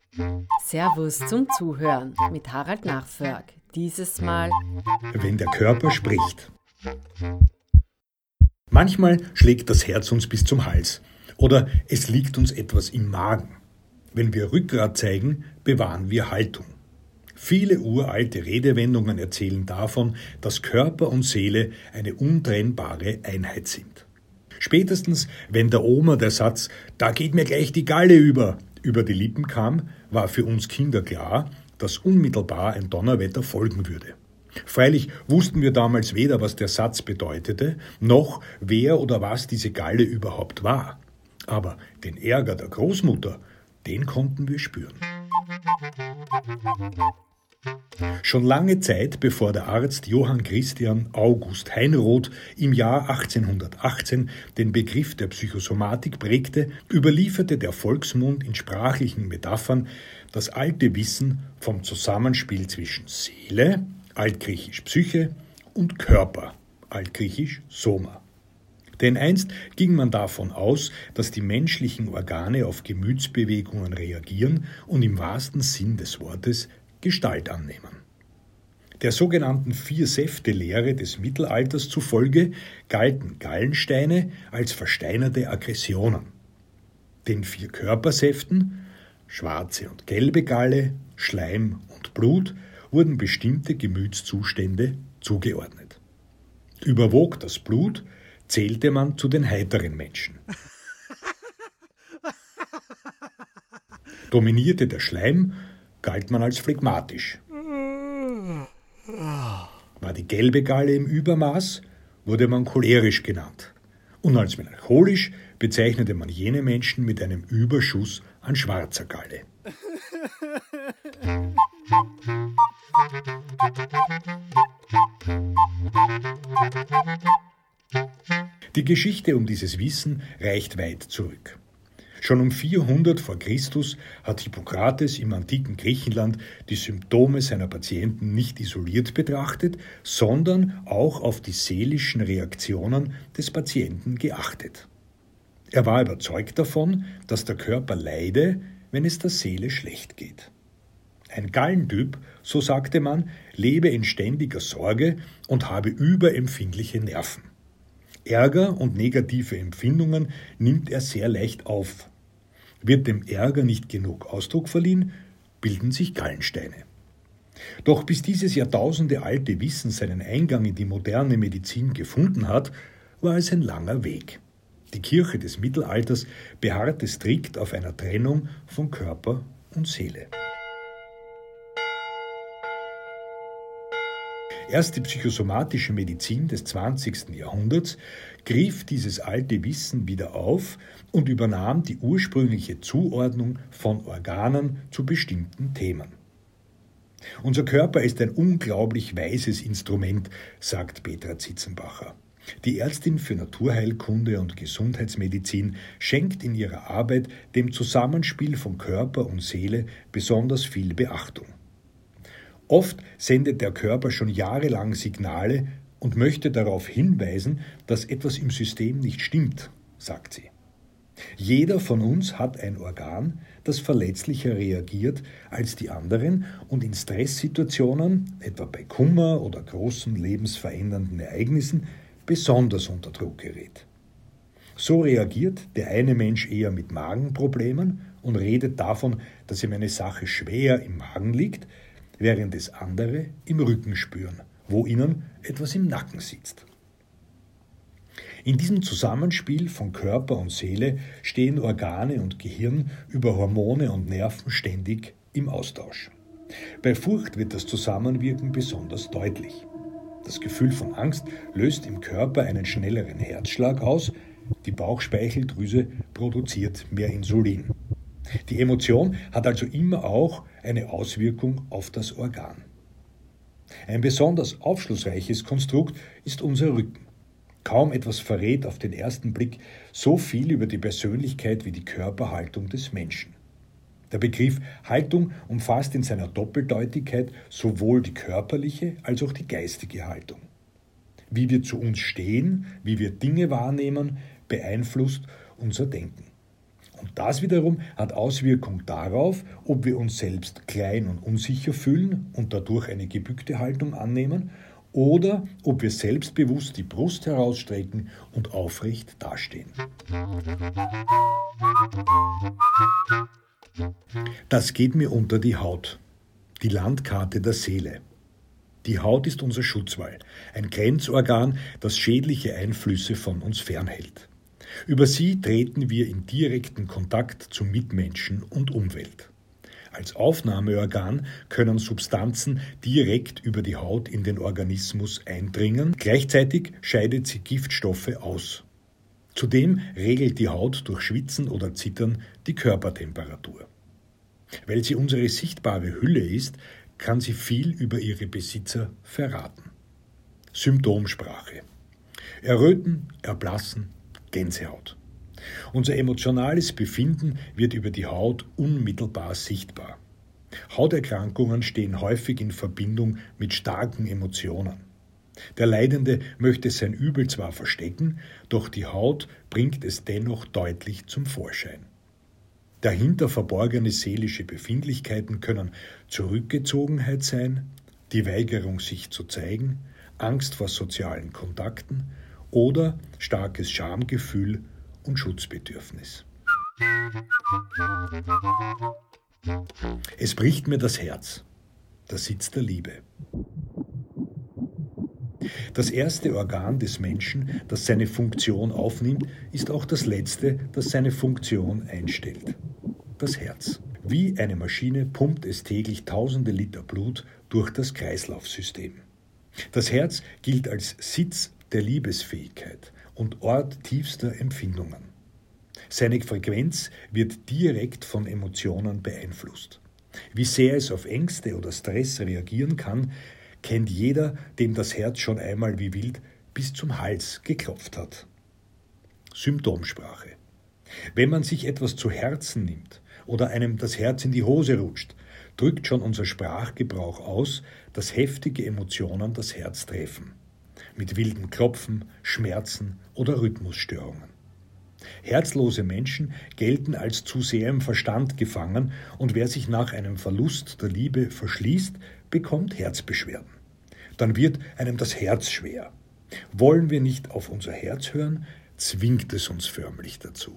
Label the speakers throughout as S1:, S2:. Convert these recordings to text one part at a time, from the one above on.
S1: Servus zum Zuhören mit Harald Nachförg. Dieses Mal,
S2: wenn der Körper spricht. Manchmal schlägt das Herz uns bis zum Hals oder es liegt uns etwas im Magen. Wenn wir Rückgrat zeigen, bewahren wir Haltung. Viele uralte Redewendungen erzählen davon, dass Körper und Seele eine untrennbare Einheit sind. Spätestens, wenn der Oma der Satz „Da geht mir gleich die Galle über" über die Lippen kam, war für uns Kinder klar, dass unmittelbar ein Donnerwetter folgen würde. Freilich wussten wir damals weder, was der Satz bedeutete, noch wer oder was diese Galle überhaupt war. Aber den Ärger der Großmutter, den konnten wir spüren. Schon lange Zeit bevor der Arzt Johann Christian August Heinroth im Jahr 1818 den Begriff der Psychosomatik prägte, überlieferte der Volksmund in sprachlichen Metaphern das alte Wissen vom Zusammenspiel zwischen Seele, altgriechisch Psyche, und Körper, altgriechisch Soma. Denn einst ging man davon aus, dass die menschlichen Organe auf Gemütsbewegungen reagieren und im wahrsten Sinn des Wortes Gestalt annehmen. Der sogenannten Vier-Säfte-Lehre des Mittelalters zufolge galten Gallensteine als versteinerte Aggressionen. Den 4 Körpersäften, schwarze und gelbe Galle, Schleim und Blut, wurden bestimmte Gemütszustände zugeordnet. Überwog das Blut, zählte man zu den heiteren Menschen. Dominierte der Schleim, galt man als phlegmatisch. War die gelbe Galle im Übermaß, wurde man cholerisch genannt. Und als melancholisch bezeichnete man jene Menschen mit einem Überschuss an schwarzer Galle. Die Geschichte um dieses Wissen reicht weit zurück. Schon um 400 vor Christus hat Hippokrates im antiken Griechenland die Symptome seiner Patienten nicht isoliert betrachtet, sondern auch auf die seelischen Reaktionen des Patienten geachtet. Er war überzeugt davon, dass der Körper leide, wenn es der Seele schlecht geht. Ein Gallentyp, so sagte man, lebe in ständiger Sorge und habe überempfindliche Nerven. Ärger und negative Empfindungen nimmt er sehr leicht auf. Wird dem Ärger nicht genug Ausdruck verliehen, bilden sich Gallensteine. Doch bis dieses jahrtausendealte Wissen seinen Eingang in die moderne Medizin gefunden hat, war es ein langer Weg. Die Kirche des Mittelalters beharrte strikt auf einer Trennung von Körper und Seele. Erst die psychosomatische Medizin des 20. Jahrhunderts griff dieses alte Wissen wieder auf und übernahm die ursprüngliche Zuordnung von Organen zu bestimmten Themen. Unser Körper ist ein unglaublich weises Instrument, sagt Petra Zitzenbacher. Die Ärztin für Naturheilkunde und Gesundheitsmedizin schenkt in ihrer Arbeit dem Zusammenspiel von Körper und Seele besonders viel Beachtung. Oft sendet der Körper schon jahrelang Signale und möchte darauf hinweisen, dass etwas im System nicht stimmt, sagt sie. Jeder von uns hat ein Organ, das verletzlicher reagiert als die anderen und in Stresssituationen, etwa bei Kummer oder großen lebensverändernden Ereignissen, besonders unter Druck gerät. So reagiert der eine Mensch eher mit Magenproblemen und redet davon, dass ihm eine Sache schwer im Magen liegt, während es andere im Rücken spüren, wo ihnen etwas im Nacken sitzt. In diesem Zusammenspiel von Körper und Seele stehen Organe und Gehirn über Hormone und Nerven ständig im Austausch. Bei Furcht wird das Zusammenwirken besonders deutlich. Das Gefühl von Angst löst im Körper einen schnelleren Herzschlag aus, die Bauchspeicheldrüse produziert mehr Insulin. Die Emotion hat also immer auch eine Auswirkung auf das Organ. Ein besonders aufschlussreiches Konstrukt ist unser Rücken. Kaum etwas verrät auf den ersten Blick so viel über die Persönlichkeit wie die Körperhaltung des Menschen. Der Begriff Haltung umfasst in seiner Doppeldeutigkeit sowohl die körperliche als auch die geistige Haltung. Wie wir zu uns stehen, wie wir Dinge wahrnehmen, beeinflusst unser Denken. Und das wiederum hat Auswirkung darauf, ob wir uns selbst klein und unsicher fühlen und dadurch eine gebückte Haltung annehmen oder ob wir selbstbewusst die Brust herausstrecken und aufrecht dastehen. Das geht mir unter die Haut, die Landkarte der Seele. Die Haut ist unser Schutzwall, ein Grenzorgan, das schädliche Einflüsse von uns fernhält. Über sie treten wir in direkten Kontakt zu Mitmenschen und Umwelt. Als Aufnahmeorgan können Substanzen direkt über die Haut in den Organismus eindringen. Gleichzeitig scheidet sie Giftstoffe aus. Zudem regelt die Haut durch Schwitzen oder Zittern die Körpertemperatur. Weil sie unsere sichtbare Hülle ist, kann sie viel über ihre Besitzer verraten. Symptomsprache: Erröten, Erblassen, Gänsehaut. Unser emotionales Befinden wird über die Haut unmittelbar sichtbar. Hauterkrankungen stehen häufig in Verbindung mit starken Emotionen. Der Leidende möchte sein Übel zwar verstecken, doch die Haut bringt es dennoch deutlich zum Vorschein. Dahinter verborgene seelische Befindlichkeiten können Zurückgezogenheit sein, die Weigerung, sich zu zeigen, Angst vor sozialen Kontakten oder starkes Schamgefühl und Schutzbedürfnis. Es bricht mir das Herz, der Sitz der Liebe. Das erste Organ des Menschen, das seine Funktion aufnimmt, ist auch das letzte, das seine Funktion einstellt. Das Herz. Wie eine Maschine pumpt es täglich tausende Liter Blut durch das Kreislaufsystem. Das Herz gilt als Sitz der Liebesfähigkeit und Ort tiefster Empfindungen. Seine Frequenz wird direkt von Emotionen beeinflusst. Wie sehr es auf Ängste oder Stress reagieren kann, kennt jeder, dem das Herz schon einmal wie wild bis zum Hals geklopft hat. Symptomsprache. Wenn man sich etwas zu Herzen nimmt oder einem das Herz in die Hose rutscht, drückt schon unser Sprachgebrauch aus, dass heftige Emotionen das Herz treffen. Mit wildem Klopfen, Schmerzen oder Rhythmusstörungen. Herzlose Menschen gelten als zu sehr im Verstand gefangen und wer sich nach einem Verlust der Liebe verschließt, bekommt Herzbeschwerden. Dann wird einem das Herz schwer. Wollen wir nicht auf unser Herz hören, zwingt es uns förmlich dazu.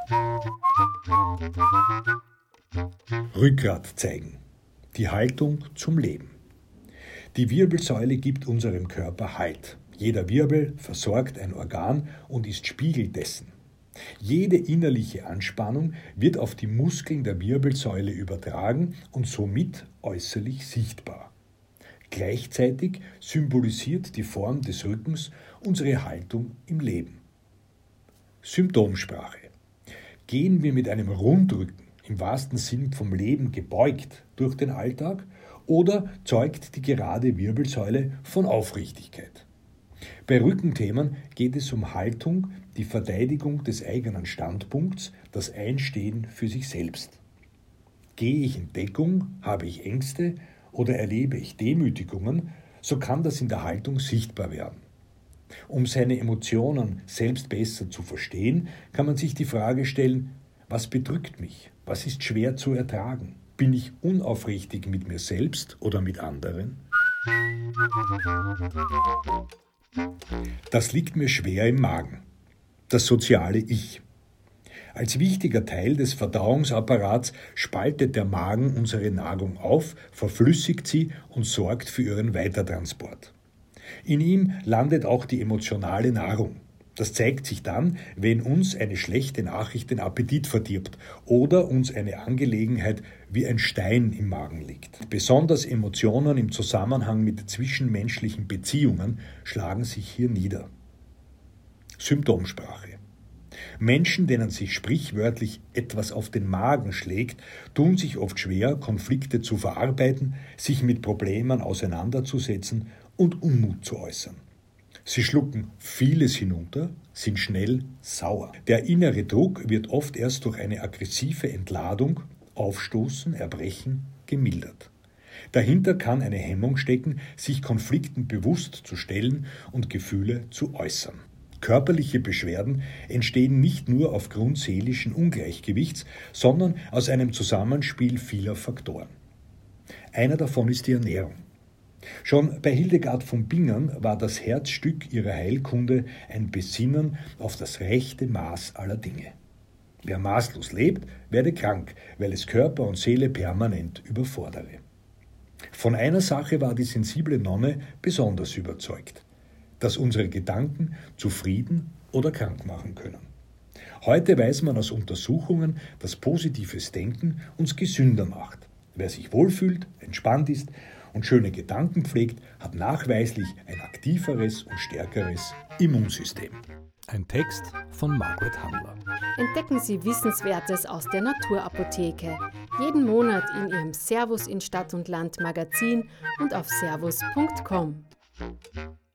S2: Rückgrat zeigen. Die Haltung zum Leben. Die Wirbelsäule gibt unserem Körper Halt. Jeder Wirbel versorgt ein Organ und ist Spiegel dessen. Jede innerliche Anspannung wird auf die Muskeln der Wirbelsäule übertragen und somit äußerlich sichtbar. Gleichzeitig symbolisiert die Form des Rückens unsere Haltung im Leben. Symptomsprache. Gehen wir mit einem Rundrücken, im wahrsten Sinn vom Leben gebeugt, durch den Alltag oder zeugt die gerade Wirbelsäule von Aufrichtigkeit? Bei Rückenthemen geht es um Haltung, die Verteidigung des eigenen Standpunkts, das Einstehen für sich selbst. Gehe ich in Deckung, habe ich Ängste oder erlebe ich Demütigungen, so kann das in der Haltung sichtbar werden. Um seine Emotionen selbst besser zu verstehen, kann man sich die Frage stellen: Was bedrückt mich? Was ist schwer zu ertragen? Bin ich unaufrichtig mit mir selbst oder mit anderen? Das liegt mir schwer im Magen. Das soziale Ich. Als wichtiger Teil des Verdauungsapparats spaltet der Magen unsere Nahrung auf, verflüssigt sie und sorgt für ihren Weitertransport. In ihm landet auch die emotionale Nahrung. Das zeigt sich dann, wenn uns eine schlechte Nachricht den Appetit verdirbt oder uns eine Angelegenheit wie ein Stein im Magen liegt. Besonders Emotionen im Zusammenhang mit zwischenmenschlichen Beziehungen schlagen sich hier nieder. Symptomsprache. Menschen, denen sich sprichwörtlich etwas auf den Magen schlägt, tun sich oft schwer, Konflikte zu verarbeiten, sich mit Problemen auseinanderzusetzen und Unmut zu äußern. Sie schlucken vieles hinunter, sind schnell sauer. Der innere Druck wird oft erst durch eine aggressive Entladung, Aufstoßen, Erbrechen gemildert. Dahinter kann eine Hemmung stecken, sich Konflikten bewusst zu stellen und Gefühle zu äußern. Körperliche Beschwerden entstehen nicht nur aufgrund seelischen Ungleichgewichts, sondern aus einem Zusammenspiel vieler Faktoren. Einer davon ist die Ernährung. Schon bei Hildegard von Bingen war das Herzstück ihrer Heilkunde ein Besinnen auf das rechte Maß aller Dinge. Wer maßlos lebt, werde krank, weil es Körper und Seele permanent überfordere. Von einer Sache war die sensible Nonne besonders überzeugt: dass unsere Gedanken zufrieden oder krank machen können. Heute weiß man aus Untersuchungen, dass positives Denken uns gesünder macht. Wer sich wohlfühlt, entspannt ist und schöne Gedanken pflegt, hat nachweislich ein aktiveres und stärkeres Immunsystem.
S3: Ein Text von Margret Handler.
S1: Entdecken Sie Wissenswertes aus der Naturapotheke. Jeden Monat in Ihrem Servus in Stadt und Land Magazin und auf servus.com.